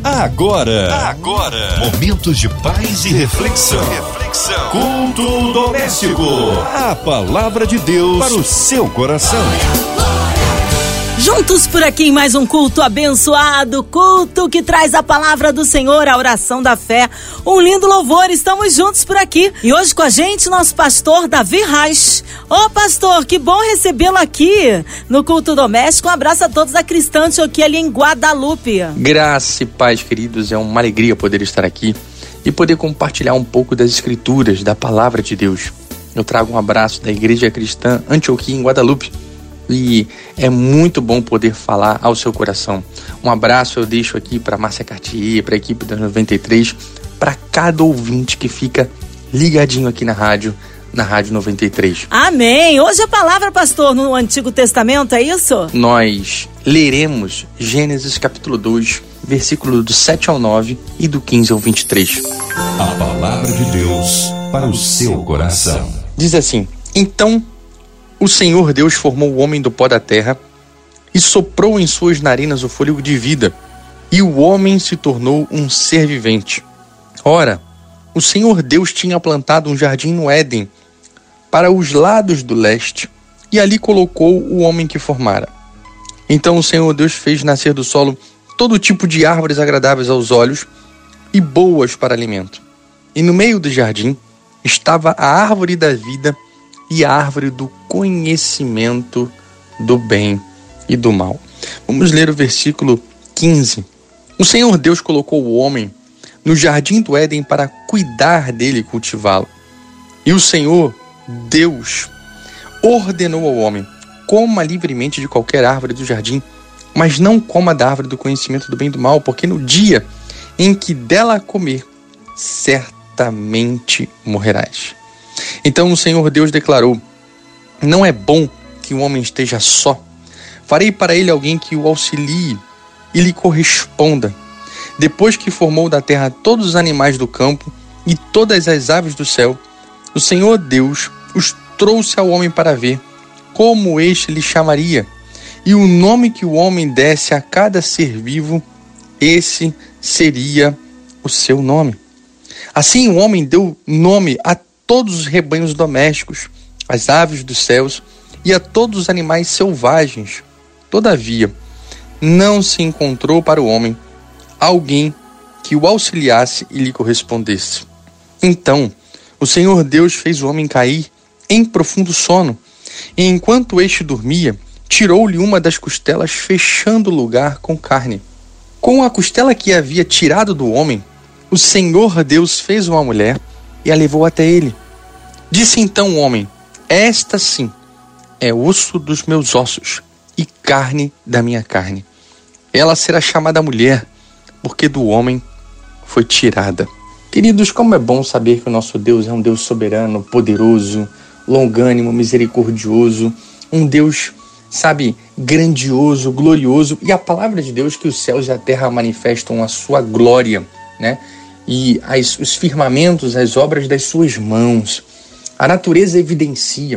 Agora, momentos de paz e reflexão. Culto doméstico. A palavra de Deus para o seu coração. Juntos por aqui em mais um culto abençoado, culto que traz a palavra do Senhor, a oração da fé, um lindo louvor, estamos juntos por aqui. E hoje com a gente, nosso pastor Davi Reis. Ô pastor, que bom recebê-lo aqui no culto doméstico. Um abraço a todos da Cristã Antioquia ali em Guadalupe. Graça e paz, queridos, é uma alegria poder estar aqui e poder compartilhar um pouco das escrituras, da palavra de Deus. Eu trago um abraço da Igreja Cristã Antioquia em Guadalupe. E é muito bom poder falar ao seu coração. Um abraço eu deixo aqui para Márcia Cartier, para a equipe da 93, para cada ouvinte que fica ligadinho aqui na Rádio 93. Amém! Hoje a palavra, pastor, no Antigo Testamento, é isso? Nós leremos Gênesis capítulo 2, versículo do 7 ao 9 e do 15 ao 23. A palavra de Deus para o seu coração. Diz assim: Então o Senhor Deus formou o homem do pó da terra e soprou em suas narinas o fôlego de vida, e o homem se tornou um ser vivente. Ora, o Senhor Deus tinha plantado um jardim no Éden, para os lados do leste, e ali colocou o homem que formara. Então o Senhor Deus fez nascer do solo todo tipo de árvores agradáveis aos olhos e boas para alimento. E no meio do jardim estava a árvore da vida e a árvore do conhecimento do bem e do mal. Vamos ler o versículo 15. O Senhor Deus colocou o homem no jardim do Éden para cuidar dele e cultivá-lo. E o Senhor Deus ordenou ao homem: coma livremente de qualquer árvore do jardim, mas não coma da árvore do conhecimento do bem e do mal, porque no dia em que dela comer, certamente morrerás. Então o Senhor Deus declarou: não é bom que o homem esteja só. Farei para ele alguém que o auxilie e lhe corresponda. Depois que formou da terra todos os animais do campo e todas as aves do céu, o Senhor Deus os trouxe ao homem para ver como este lhe chamaria. E o nome que o homem desse a cada ser vivo, esse seria o seu nome. Assim o homem deu nome a todos os rebanhos domésticos, as aves dos céus e a todos os animais selvagens. Todavia, não se encontrou para o homem alguém que o auxiliasse e lhe correspondesse. Então, o Senhor Deus fez o homem cair em profundo sono, e enquanto este dormia, tirou-lhe uma das costelas, fechando o lugar com carne. Com a costela que havia tirado do homem, o Senhor Deus fez uma mulher e a levou até ele. Disse então o homem: esta sim é osso dos meus ossos e carne da minha carne. Ela será chamada mulher, porque do homem foi tirada. Queridos, como é bom saber que o nosso Deus é um Deus soberano, poderoso, longânimo, misericordioso, um Deus, grandioso, glorioso. E a palavra de Deus que os céus e a terra manifestam a sua glória, né? E os firmamentos, as obras das suas mãos. A natureza evidencia.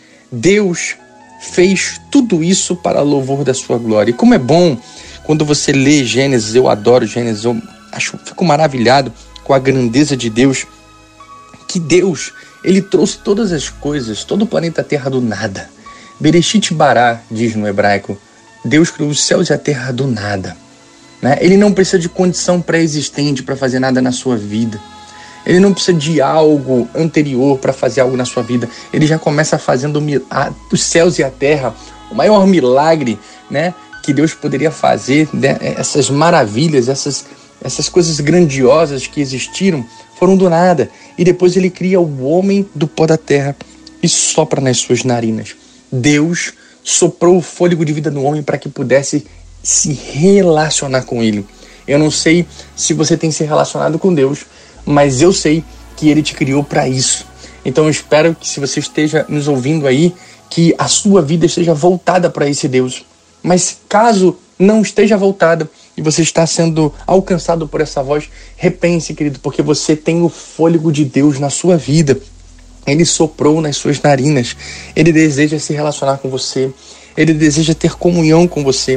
Deus fez tudo isso para louvor da sua glória. E como é bom quando você lê Gênesis, eu adoro Gênesis, fico maravilhado com a grandeza de Deus, que Deus, ele trouxe todas as coisas, todo o planeta Terra do nada. Bereshit bara, diz no hebraico, Deus criou os céus e a terra do nada. Né? Ele não precisa de condição pré-existente para fazer nada na sua vida. Ele não precisa de algo anterior para fazer algo na sua vida. Ele já começa fazendo os céus e a terra, o maior milagre, né, que Deus poderia fazer, né? Essas maravilhas, essas coisas grandiosas que existiram foram do nada. E depois ele cria o homem do pó da terra e sopra nas suas narinas. Deus soprou o fôlego de vida no homem para que pudesse se relacionar com ele. Eu não sei se você tem se relacionado com Deus, mas eu sei que ele te criou para isso. Então eu espero que, se você esteja nos ouvindo aí, que a sua vida esteja voltada para esse Deus. Mas caso não esteja voltada e você está sendo alcançado por essa voz, repense, querido, porque você tem o fôlego de Deus na sua vida. Ele soprou nas suas narinas. Ele deseja se relacionar com você. Ele deseja ter comunhão com você.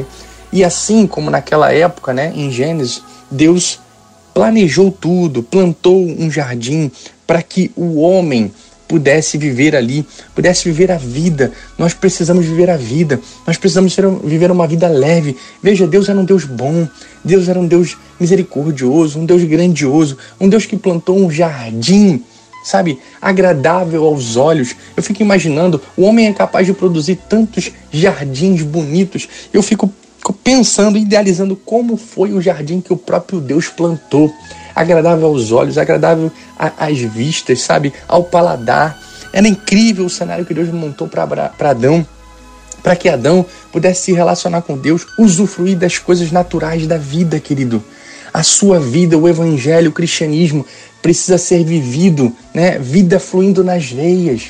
E assim como naquela época, né, em Gênesis, Deus planejou tudo, plantou um jardim para que o homem pudesse viver ali, pudesse viver a vida. Nós precisamos viver a vida, nós precisamos viver uma vida leve. Veja, Deus era um Deus bom, Deus era um Deus misericordioso, um Deus grandioso, um Deus que plantou um jardim, sabe, agradável aos olhos. Eu fico imaginando, o homem é capaz de produzir tantos jardins bonitos. Eu fico pensando, idealizando como foi o jardim que o próprio Deus plantou. Agradável aos olhos, agradável às vistas, sabe, ao paladar. Era incrível o cenário que Deus montou para Adão, para que Adão pudesse se relacionar com Deus, usufruir das coisas naturais da vida, querido. A sua vida, o evangelho, o cristianismo precisa ser vivido, né? Vida fluindo nas veias,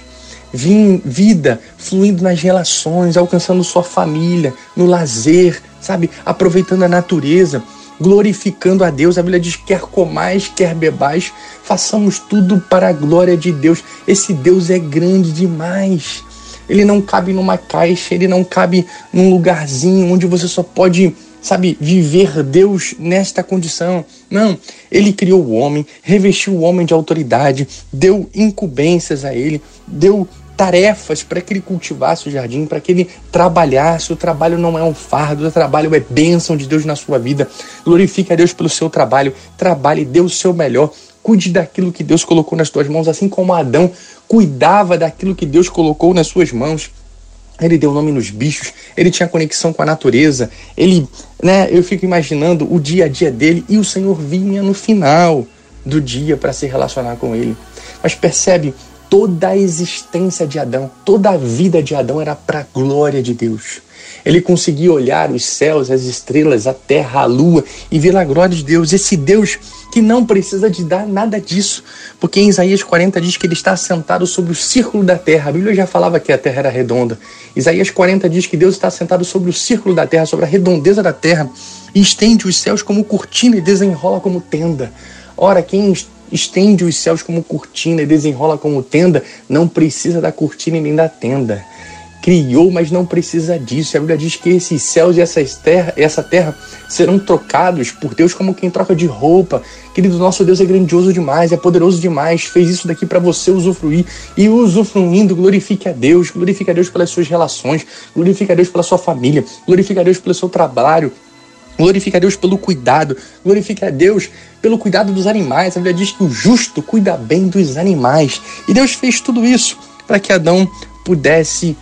vida fluindo nas relações, alcançando sua família, no lazer, sabe? Aproveitando a natureza, glorificando a Deus. A Bíblia diz: quer comais, quer bebais, façamos tudo para a glória de Deus. Esse Deus é grande demais. Ele não cabe numa caixa, ele não cabe num lugarzinho onde você só pode, sabe, viver Deus nesta condição. Não, ele criou o homem, revestiu o homem de autoridade, deu incumbências a ele, deu tarefas para que ele cultivasse o jardim, para que ele trabalhasse. O trabalho não é um fardo, o trabalho é bênção de Deus na sua vida. Glorifique a Deus pelo seu trabalho, trabalhe, dê o seu melhor, cuide daquilo que Deus colocou nas tuas mãos, assim como Adão cuidava daquilo que Deus colocou nas suas mãos. Ele deu nome nos bichos, ele tinha conexão com a natureza, ele, né, eu fico imaginando o dia a dia dele, e o Senhor vinha no final do dia para se relacionar com ele. Mas percebe, toda a existência de Adão, toda a vida de Adão era para a glória de Deus. Ele conseguia olhar os céus, as estrelas, a terra, a lua e ver a glória de Deus. Esse Deus que não precisa de dar nada disso, porque em Isaías 40 diz que ele está assentado sobre o círculo da terra. A Bíblia já falava que a terra era redonda. Isaías 40 diz que Deus está assentado sobre o círculo da terra, sobre a redondeza da terra, e estende os céus como cortina e desenrola como tenda. Ora, quem estende os céus como cortina e desenrola como tenda não precisa da cortina e nem da tenda. Criou, mas não precisa disso. A Bíblia diz que esses céus e essa terra serão trocados por Deus como quem troca de roupa. Querido, nosso Deus é grandioso demais, é poderoso demais, fez isso daqui para você usufruir. E usufruindo, glorifique a Deus pelas suas relações, glorifique a Deus pela sua família, glorifique a Deus pelo seu trabalho, glorifique a Deus pelo cuidado, glorifique a Deus pelo cuidado dos animais. A Bíblia diz que o justo cuida bem dos animais. E Deus fez tudo isso para que Adão pudesse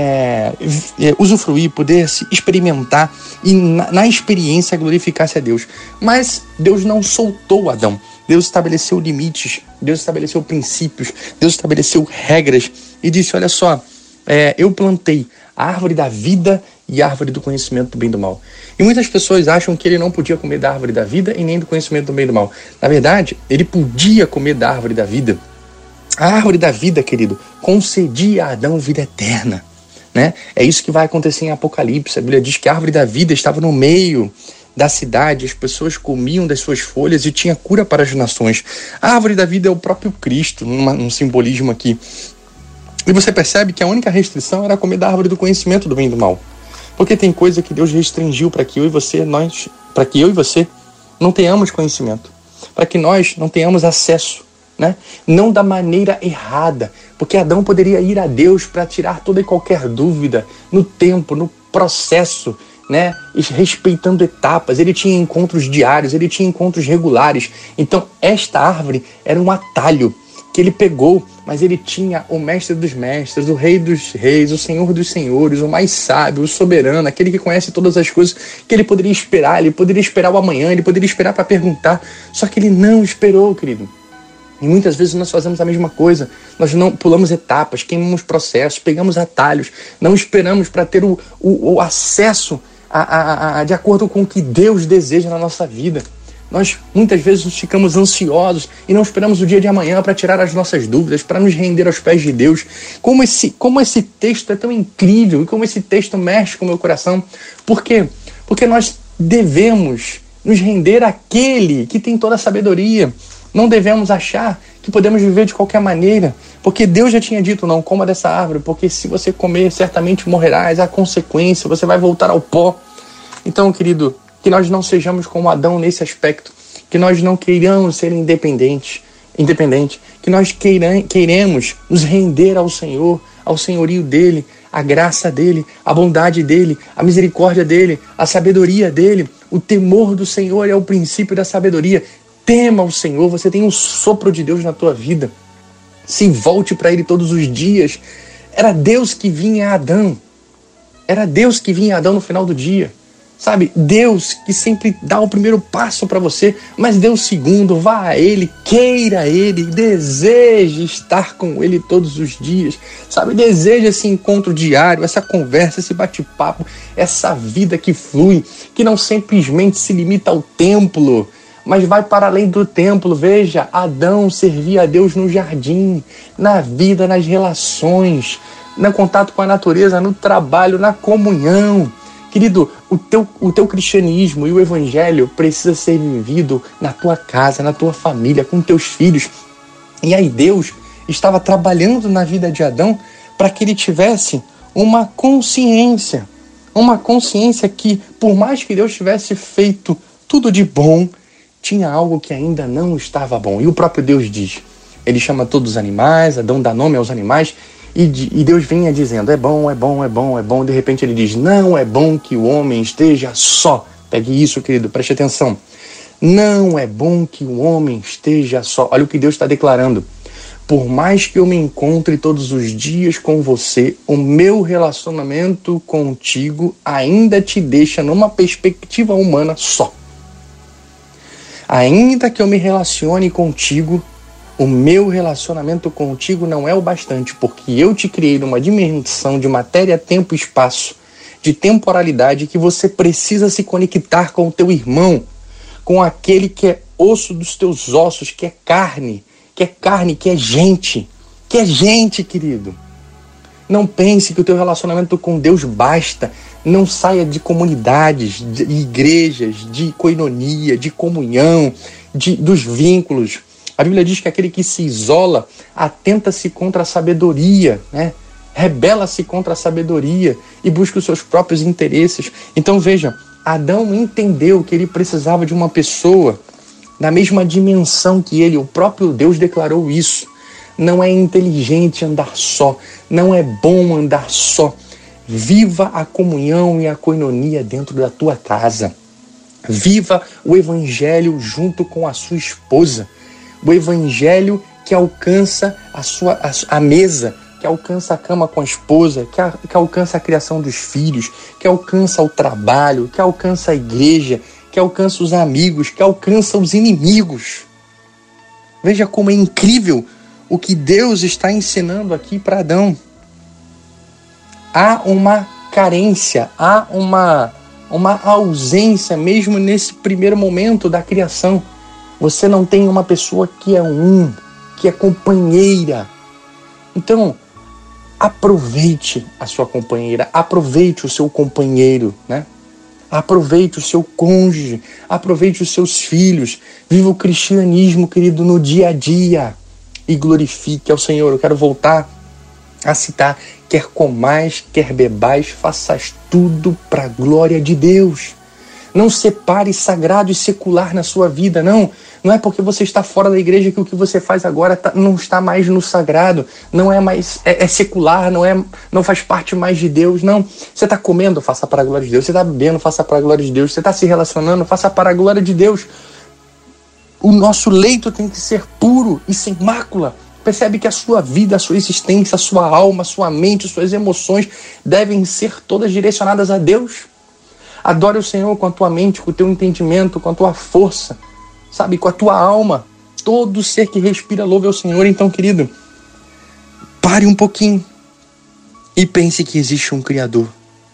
usufruir, pudesse experimentar e na experiência glorificasse a Deus. Mas Deus não soltou Adão. Deus estabeleceu limites, Deus estabeleceu princípios, Deus estabeleceu regras e disse: olha só, eu plantei a árvore da vida e a árvore do conhecimento do bem e do mal. E muitas pessoas acham que ele não podia comer da árvore da vida e nem do conhecimento do bem e do mal. Na verdade, ele podia comer da árvore da vida. A árvore da vida, querido, concedia a Adão vida eterna, né? É isso que vai acontecer em Apocalipse. A Bíblia diz que a árvore da vida estava no meio da cidade, as pessoas comiam das suas folhas e tinha cura para as nações. A árvore da vida é o próprio Cristo, num simbolismo aqui. E você percebe que a única restrição era comer da árvore do conhecimento do bem e do mal. Porque tem coisa que Deus restringiu para que eu e você não tenhamos conhecimento, para que nós não tenhamos acesso, né? Não da maneira errada, porque Adão poderia ir a Deus para tirar toda e qualquer dúvida no tempo, no processo, né? Respeitando etapas. Ele tinha encontros diários, ele tinha encontros regulares. Então esta árvore era um atalho que ele pegou, mas ele tinha o mestre dos mestres, o rei dos reis, o senhor dos senhores, o mais sábio, o soberano, aquele que conhece todas as coisas, que ele poderia esperar o amanhã, ele poderia esperar para perguntar, só que ele não esperou, querido. E muitas vezes nós fazemos a mesma coisa, nós não pulamos etapas, queimamos processos, pegamos atalhos, não esperamos para ter o acesso de acordo com o que Deus deseja na nossa vida. Nós muitas vezes ficamos ansiosos e não esperamos o dia de amanhã para tirar as nossas dúvidas, para nos render aos pés de Deus. Como esse texto é tão incrível e como esse texto mexe com o meu coração. Por quê? Porque nós devemos nos render àquele que tem toda a sabedoria. Não devemos achar que podemos viver de qualquer maneira, porque Deus já tinha dito: não coma dessa árvore, porque se você comer, certamente morrerás. A consequência, você vai voltar ao pó. Então, querido, que nós não sejamos como Adão nesse aspecto, que nós não queiramos ser independente, que nós queiremos nos render ao Senhor, ao senhorio dele, a graça dele, a bondade dele, a misericórdia dele, a sabedoria dele. O temor do Senhor é o princípio da sabedoria. Tema o Senhor, você tem um sopro de Deus na tua vida. Se volte para ele todos os dias. Era Deus que vinha a Adão. Era Deus que vinha a Adão no final do dia. Sabe, Deus que sempre dá o primeiro passo para você, mas dê o segundo, vá a Ele, queira Ele, deseje estar com Ele todos os dias, sabe, deseje esse encontro diário, essa conversa, esse bate-papo, essa vida que flui, que não simplesmente se limita ao templo, mas vai para além do templo. Veja, Adão servia a Deus no jardim, na vida, nas relações, no contato com a natureza, no trabalho, na comunhão. Querido, o teu cristianismo e o evangelho precisa ser vivido na tua casa, na tua família, com teus filhos. E aí Deus estava trabalhando na vida de Adão para que ele tivesse uma consciência que, por mais que Deus tivesse feito tudo de bom, tinha algo que ainda não estava bom. E o próprio Deus diz, ele chama todos os animais, Adão dá nome aos animais, e Deus vinha dizendo, é bom, é bom, é bom, é bom. De repente ele diz, não é bom que o homem esteja só. Pegue isso, querido, preste atenção. Não é bom que o homem esteja só. Olha o que Deus está declarando. Por mais que eu me encontre todos os dias com você, o meu relacionamento contigo ainda te deixa numa perspectiva humana só. Ainda que eu me relacione contigo, o meu relacionamento contigo não é o bastante, porque eu te criei numa dimensão de matéria, tempo e espaço, de temporalidade, que você precisa se conectar com o teu irmão, com aquele que é osso dos teus ossos, que é carne, que é gente, querido. Não pense que o teu relacionamento com Deus basta. Não saia de comunidades, de igrejas, de koinonia, de comunhão, dos vínculos. A Bíblia diz que aquele que se isola atenta-se contra a sabedoria, né? Rebela-se contra a sabedoria e busca os seus próprios interesses. Então veja, Adão entendeu que ele precisava de uma pessoa na mesma dimensão que ele. O próprio Deus declarou isso. Não é inteligente andar só, não é bom andar só. Viva a comunhão e a koinonia dentro da tua casa. Viva o evangelho junto com a sua esposa. O evangelho que alcança a mesa, que alcança a cama com a esposa, que alcança a criação dos filhos, que alcança o trabalho, que alcança a igreja, que alcança os amigos, que alcança os inimigos. Veja como é incrível o que Deus está ensinando aqui para Adão. Há uma carência, há uma ausência mesmo nesse primeiro momento da criação. Você não tem uma pessoa que é companheira. Então, aproveite a sua companheira, aproveite o seu companheiro, né? Aproveite o seu cônjuge, aproveite os seus filhos. Viva o cristianismo, querido, no dia a dia e glorifique ao Senhor. Eu quero voltar a citar, quer comais, quer bebais, faças tudo para a glória de Deus. Não separe sagrado e secular na sua vida, não. Não é porque você está fora da igreja que o que você faz agora não está mais no sagrado, não é mais secular, não faz parte mais de Deus, não. Você está comendo, faça para a glória de Deus. Você está bebendo, faça para a glória de Deus. Você está se relacionando, faça para a glória de Deus. O nosso leito tem que ser puro e sem mácula. Percebe que a sua vida, a sua existência, a sua alma, a sua mente, as suas emoções devem ser todas direcionadas a Deus. Adore o Senhor com a tua mente, com o teu entendimento, com a tua força, sabe, com a tua alma. Todo ser que respira louve ao Senhor. Então, querido, pare um pouquinho e pense que existe um Criador.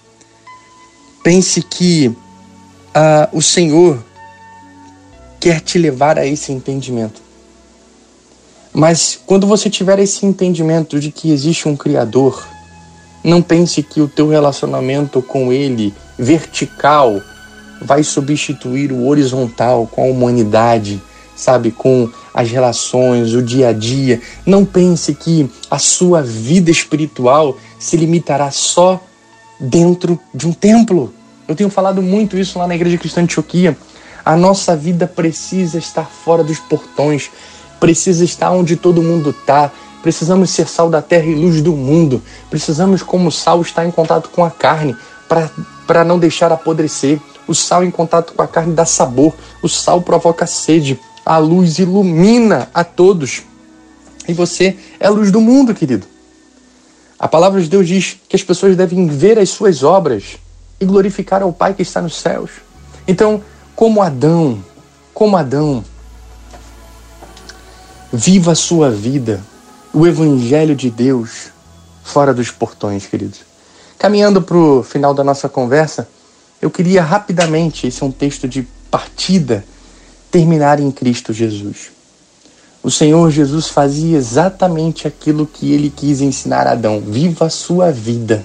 Pense que o Senhor quer te levar a esse entendimento. Mas quando você tiver esse entendimento de que existe um Criador, não pense que o teu relacionamento com Ele, vertical, vai substituir o horizontal com a humanidade, sabe, com as relações, o dia a dia. Não pense que a sua vida espiritual se limitará só dentro de um templo. Eu tenho falado muito isso lá na Igreja Cristã de Antioquia. A nossa vida precisa estar fora dos portões, precisa estar onde todo mundo está. Precisamos ser sal da terra e luz do mundo. Precisamos, como sal, estar em contato com a carne para não deixar apodrecer. O sal em contato com a carne dá sabor. O sal provoca sede. A luz ilumina a todos. E você é a luz do mundo, querido. A palavra de Deus diz que as pessoas devem ver as suas obras e glorificar ao Pai que está nos céus. Então, como Adão, viva a sua vida, o Evangelho de Deus, fora dos portões, queridos. Caminhando para o final da nossa conversa, eu queria rapidamente, esse é um texto de partida, terminar em Cristo Jesus. O Senhor Jesus fazia exatamente aquilo que ele quis ensinar a Adão. Viva a sua vida,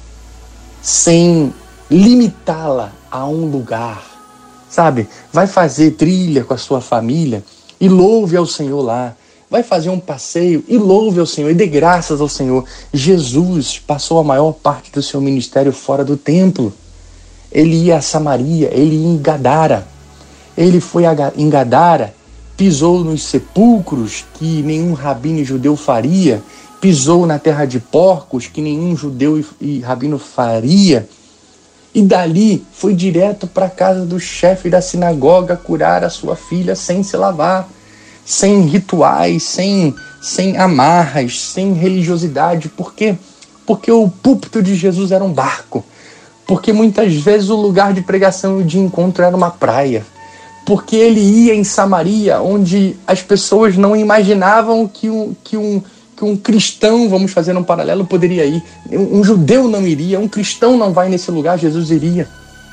sem limitá-la a um lugar. Sabe? Vai fazer trilha com a sua família e louve ao Senhor lá. Vai fazer um passeio e louve ao Senhor e dê graças ao Senhor. Jesus passou a maior parte do seu ministério fora do templo. Ele ia a Samaria, ele ia em Gadara. Ele foi em Gadara, pisou nos sepulcros que nenhum rabino judeu faria, pisou na terra de porcos que nenhum judeu e rabino faria. E dali foi direto para a casa do chefe da sinagoga curar a sua filha sem se lavar, sem rituais, sem amarras, sem religiosidade. Por quê? Porque o púlpito de Jesus era um barco. Porque muitas vezes o lugar de pregação e de encontro era uma praia. Porque ele ia em Samaria, onde as pessoas não imaginavam que um cristão, vamos fazer um paralelo, poderia ir. Um judeu não iria, um cristão não vai nesse lugar, Jesus iria.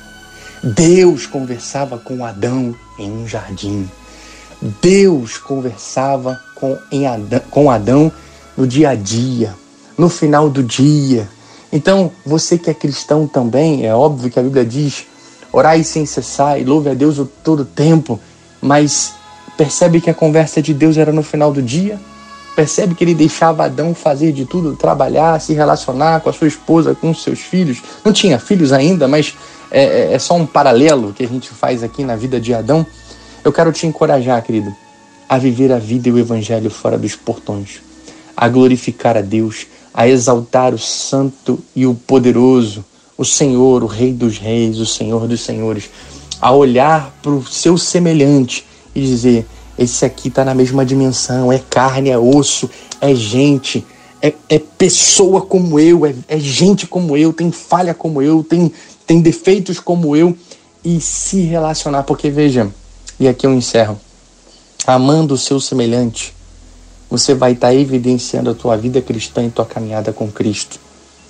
Deus conversava com Adão em um jardim. Deus conversava com Adão no dia a dia, no final do dia. Então, você que é cristão também, é óbvio que a Bíblia diz: orai sem cessar e louve a Deus o todo tempo. Mas percebe que a conversa de Deus era no final do dia? Percebe que ele deixava Adão fazer de tudo, trabalhar, se relacionar com a sua esposa, com os seus filhos? Não tinha filhos ainda, mas é só um paralelo que a gente faz aqui na vida de Adão. Eu quero te encorajar, querido, a viver a vida e o Evangelho fora dos portões, a glorificar a Deus, a exaltar o Santo e o Poderoso, o Senhor, o Rei dos Reis, o Senhor dos Senhores, a olhar para o seu semelhante e dizer: esse aqui está na mesma dimensão, é carne, é osso, é gente, é pessoa como eu, é gente como eu, tem falha como eu, tem defeitos como eu, e se relacionar, porque veja, e aqui eu encerro, amando o seu semelhante, você vai estar evidenciando a tua vida cristã e tua caminhada com Cristo.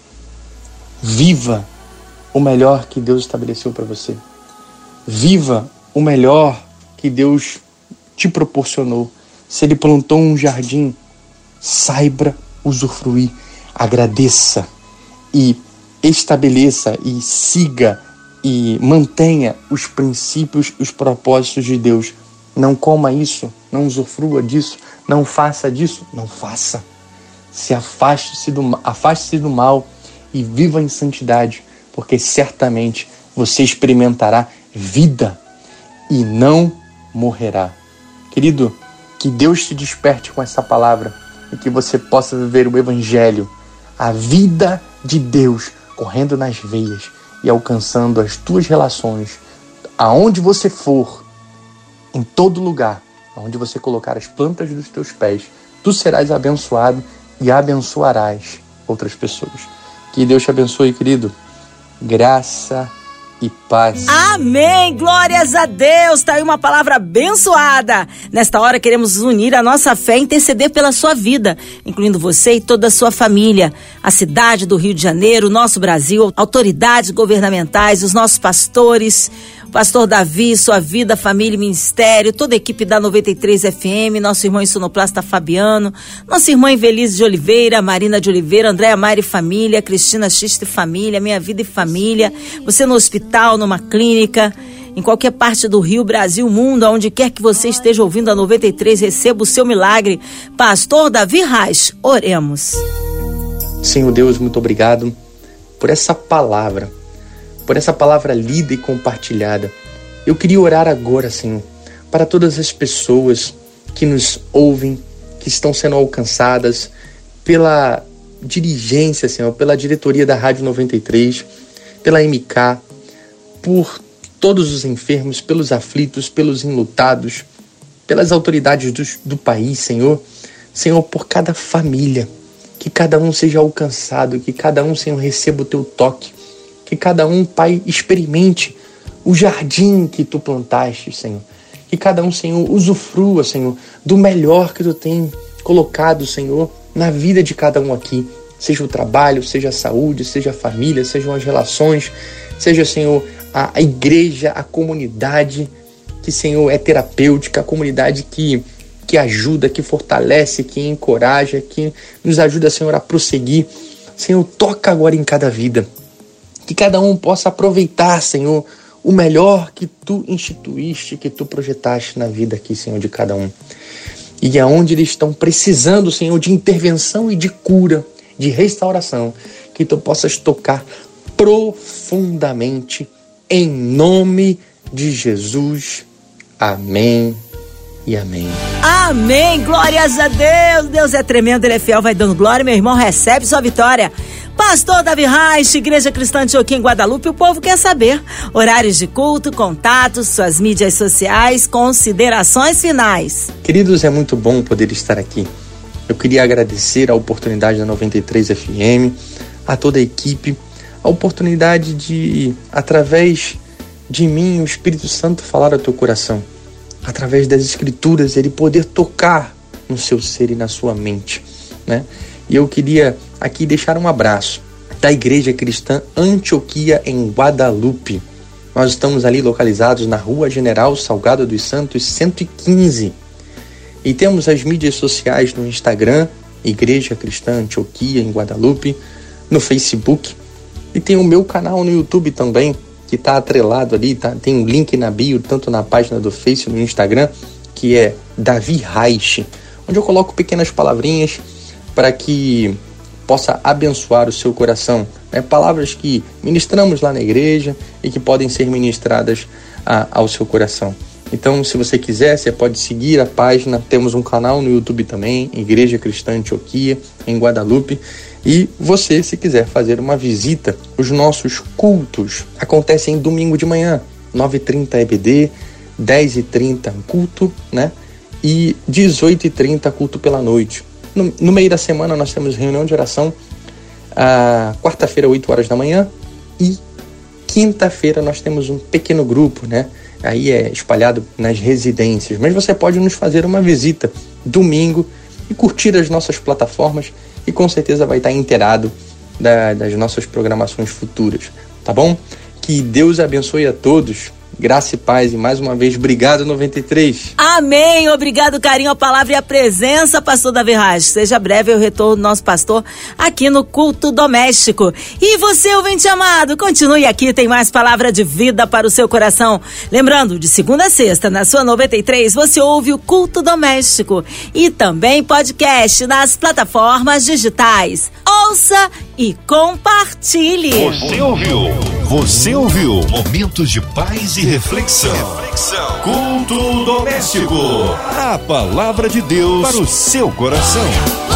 Viva o melhor que Deus estabeleceu para você. Viva o melhor que Deus te proporcionou. Se Ele plantou um jardim, saiba usufruir, agradeça e estabeleça e siga e mantenha os princípios, os propósitos de Deus. Não coma isso, não usufrua disso, não faça disso, não faça. Afaste-se do mal e viva em santidade, porque certamente você experimentará vida e não morrerá. Querido, que Deus te desperte com essa palavra e que você possa viver o Evangelho, a vida de Deus correndo nas veias e alcançando as tuas relações, aonde você for, em todo lugar, aonde você colocar as plantas dos teus pés, tu serás abençoado e abençoarás outras pessoas. Que Deus te abençoe, querido. Graça e paz. Amém! Glórias a Deus! Tá aí uma palavra abençoada. Nesta hora queremos unir a nossa fé e interceder pela sua vida, incluindo você e toda a sua família, a cidade do Rio de Janeiro, o nosso Brasil, autoridades governamentais, os nossos pastores, o pastor Davi, sua vida, família e ministério, toda a equipe da 93 FM, nosso irmão sonoplasta Fabiano, nossa irmã Invelise de Oliveira, Marina de Oliveira, Andréa Mari Família, Cristina Xiste Família, Minha Vida e Família, você no hospital, numa clínica, em qualquer parte do Rio, Brasil, mundo, aonde quer que você esteja ouvindo a 93, receba o seu milagre. Pastor Davi Reis, oremos. Senhor Deus, muito obrigado por essa palavra, por essa palavra lida e compartilhada. Eu queria orar agora, Senhor, para todas as pessoas que nos ouvem, que estão sendo alcançadas pela dirigência, Senhor, pela diretoria da Rádio 93, pela MK, por todos os enfermos, pelos aflitos, pelos enlutados, pelas autoridades do país, Senhor. Senhor, por cada família, que cada um seja alcançado, que cada um, Senhor, receba o teu toque, que cada um, Pai, experimente o jardim que tu plantaste, Senhor. Que cada um, Senhor, usufrua, Senhor, do melhor que tu tem colocado, Senhor, na vida de cada um aqui. Seja o trabalho, seja a saúde, seja a família, sejam as relações, seja, Senhor, a igreja, a comunidade que, Senhor, é terapêutica, a comunidade que ajuda, que fortalece, que encoraja, que nos ajuda, Senhor, a prosseguir. Senhor, toca agora em cada vida. Que cada um possa aproveitar, Senhor, o melhor que tu instituíste, que tu projetaste na vida aqui, Senhor, de cada um. E aonde eles estão precisando, Senhor, de intervenção e de cura, de restauração, que tu possas tocar profundamente, em nome de Jesus. Amém e amém. Amém, glórias a Deus. Deus é tremendo, Ele é fiel, vai dando glória. Meu irmão, recebe sua vitória. Pastor Davi Reich, Igreja Cristã Antioquia em Guadalupe, o povo quer saber. Horários de culto, contatos, suas mídias sociais, considerações finais. Queridos, é muito bom poder estar aqui. Eu queria agradecer a oportunidade da 93 FM, a toda a equipe, a oportunidade de, através de mim, o Espírito Santo falar ao teu coração. Através das Escrituras, Ele poder tocar no seu ser e na sua mente, né? E eu queria aqui deixar um abraço da Igreja Cristã Antioquia em Guadalupe. Nós estamos ali localizados na Rua General Salgado dos Santos 115. E temos as mídias sociais no Instagram, Igreja Cristã Antioquia em Guadalupe, no Facebook. E tem o meu canal no YouTube também, que está atrelado ali, tem um link na bio, tanto na página do Face e no Instagram, que é Davi Reich, onde eu coloco pequenas palavrinhas para que possa abençoar o seu coração, né? Palavras que ministramos lá na igreja e que podem ser ministradas ao seu coração. Então, se você quiser, você pode seguir a página. Temos um canal no YouTube também, Igreja Cristã Antioquia, em Guadalupe. E você, se quiser fazer uma visita, os nossos cultos acontecem domingo de manhã, 9h30 EBD, 10h30 culto, né? E 18h30 culto pela noite. No meio da semana nós temos reunião de oração, quarta-feira, 8 horas da manhã, e quinta-feira nós temos um pequeno grupo, né? Aí é espalhado nas residências. Mas você pode nos fazer uma visita domingo e curtir as nossas plataformas e com certeza vai estar inteirado das nossas programações futuras, tá bom? Que Deus abençoe a todos. Graça e paz. E mais uma vez, obrigado, 93. Amém. Obrigado, carinho, a palavra e a presença, pastor Davi Reich. Seja breve o retorno do nosso pastor aqui no Culto Doméstico. E você, ouvinte amado, continue aqui, tem mais palavra de vida para o seu coração. Lembrando, de segunda a sexta, na sua 93, você ouve o Culto Doméstico e também podcast nas plataformas digitais. Ouça e compartilhe. Você ouviu Momentos de Paz e Reflexão. Culto Doméstico. A palavra de Deus para o seu coração.